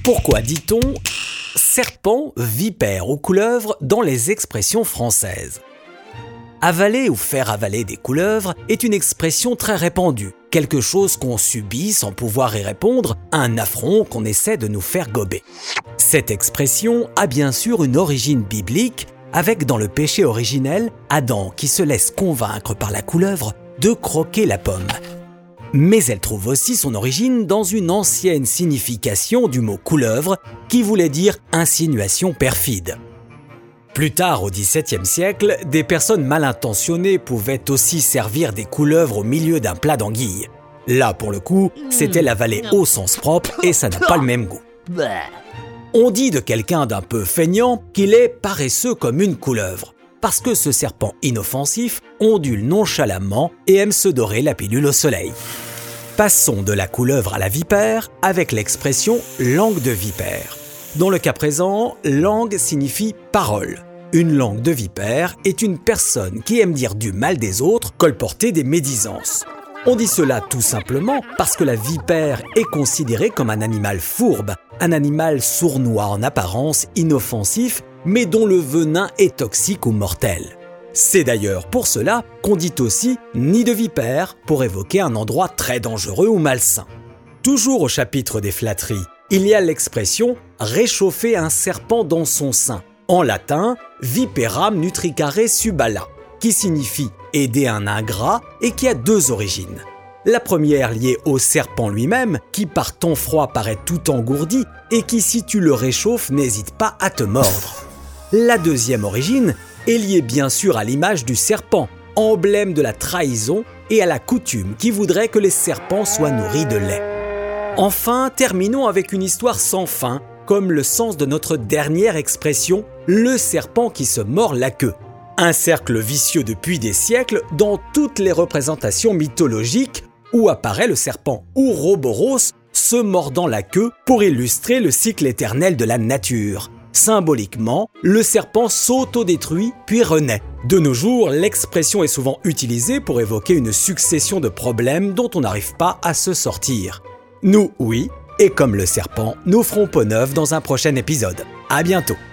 Pourquoi dit-on serpent, vipère ou couleuvre dans les expressions françaises? Avaler ou faire avaler des couleuvres est une expression très répandue, quelque chose qu'on subit sans pouvoir y répondre, un affront qu'on essaie de nous faire gober. Cette expression a bien sûr une origine biblique, avec dans le péché originel, Adam qui se laisse convaincre par la couleuvre de croquer la pomme. Mais elle trouve aussi son origine dans une ancienne signification du mot couleuvre qui voulait dire insinuation perfide. Plus tard, au XVIIe siècle, des personnes mal intentionnées pouvaient aussi servir des couleuvres au milieu d'un plat d'anguilles. Là, pour le coup, c'était l'avaler au sens propre et ça n'a pas le même goût. On dit de quelqu'un d'un peu feignant qu'il est paresseux comme une couleuvre, parce que ce serpent inoffensif ondule nonchalamment et aime se dorer la pilule au soleil. Passons de la couleuvre à la vipère avec l'expression « langue de vipère ». Dans le cas présent, langue signifie parole. Une langue de vipère est une personne qui aime dire du mal des autres, colporter des médisances. On dit cela tout simplement parce que la vipère est considérée comme un animal fourbe, un animal sournois en apparence, inoffensif, mais dont le venin est toxique ou mortel. C'est d'ailleurs pour cela qu'on dit aussi « nid de vipère » pour évoquer un endroit très dangereux ou malsain. Toujours au chapitre des flatteries, il y a l'expression « réchauffer un serpent dans son sein », en latin « viperam nutricare subala », qui signifie « aider un ingrat » et qui a deux origines. La première liée au serpent lui-même, qui par temps froid paraît tout engourdi et qui, si tu le réchauffes, n'hésite pas à te mordre. La deuxième origine est liée bien sûr à l'image du serpent, emblème de la trahison, et à la coutume qui voudrait que les serpents soient nourris de lait. Enfin, terminons avec une histoire sans fin, comme le sens de notre dernière expression, le serpent qui se mord la queue. Un cercle vicieux depuis des siècles dans toutes les représentations mythologiques où apparaît le serpent Ouroboros se mordant la queue pour illustrer le cycle éternel de la nature. Symboliquement, le serpent s'auto-détruit puis renaît. De nos jours, l'expression est souvent utilisée pour évoquer une succession de problèmes dont on n'arrive pas à se sortir. Nous, oui, et comme le serpent, nous ferons peau neuve dans un prochain épisode. À bientôt.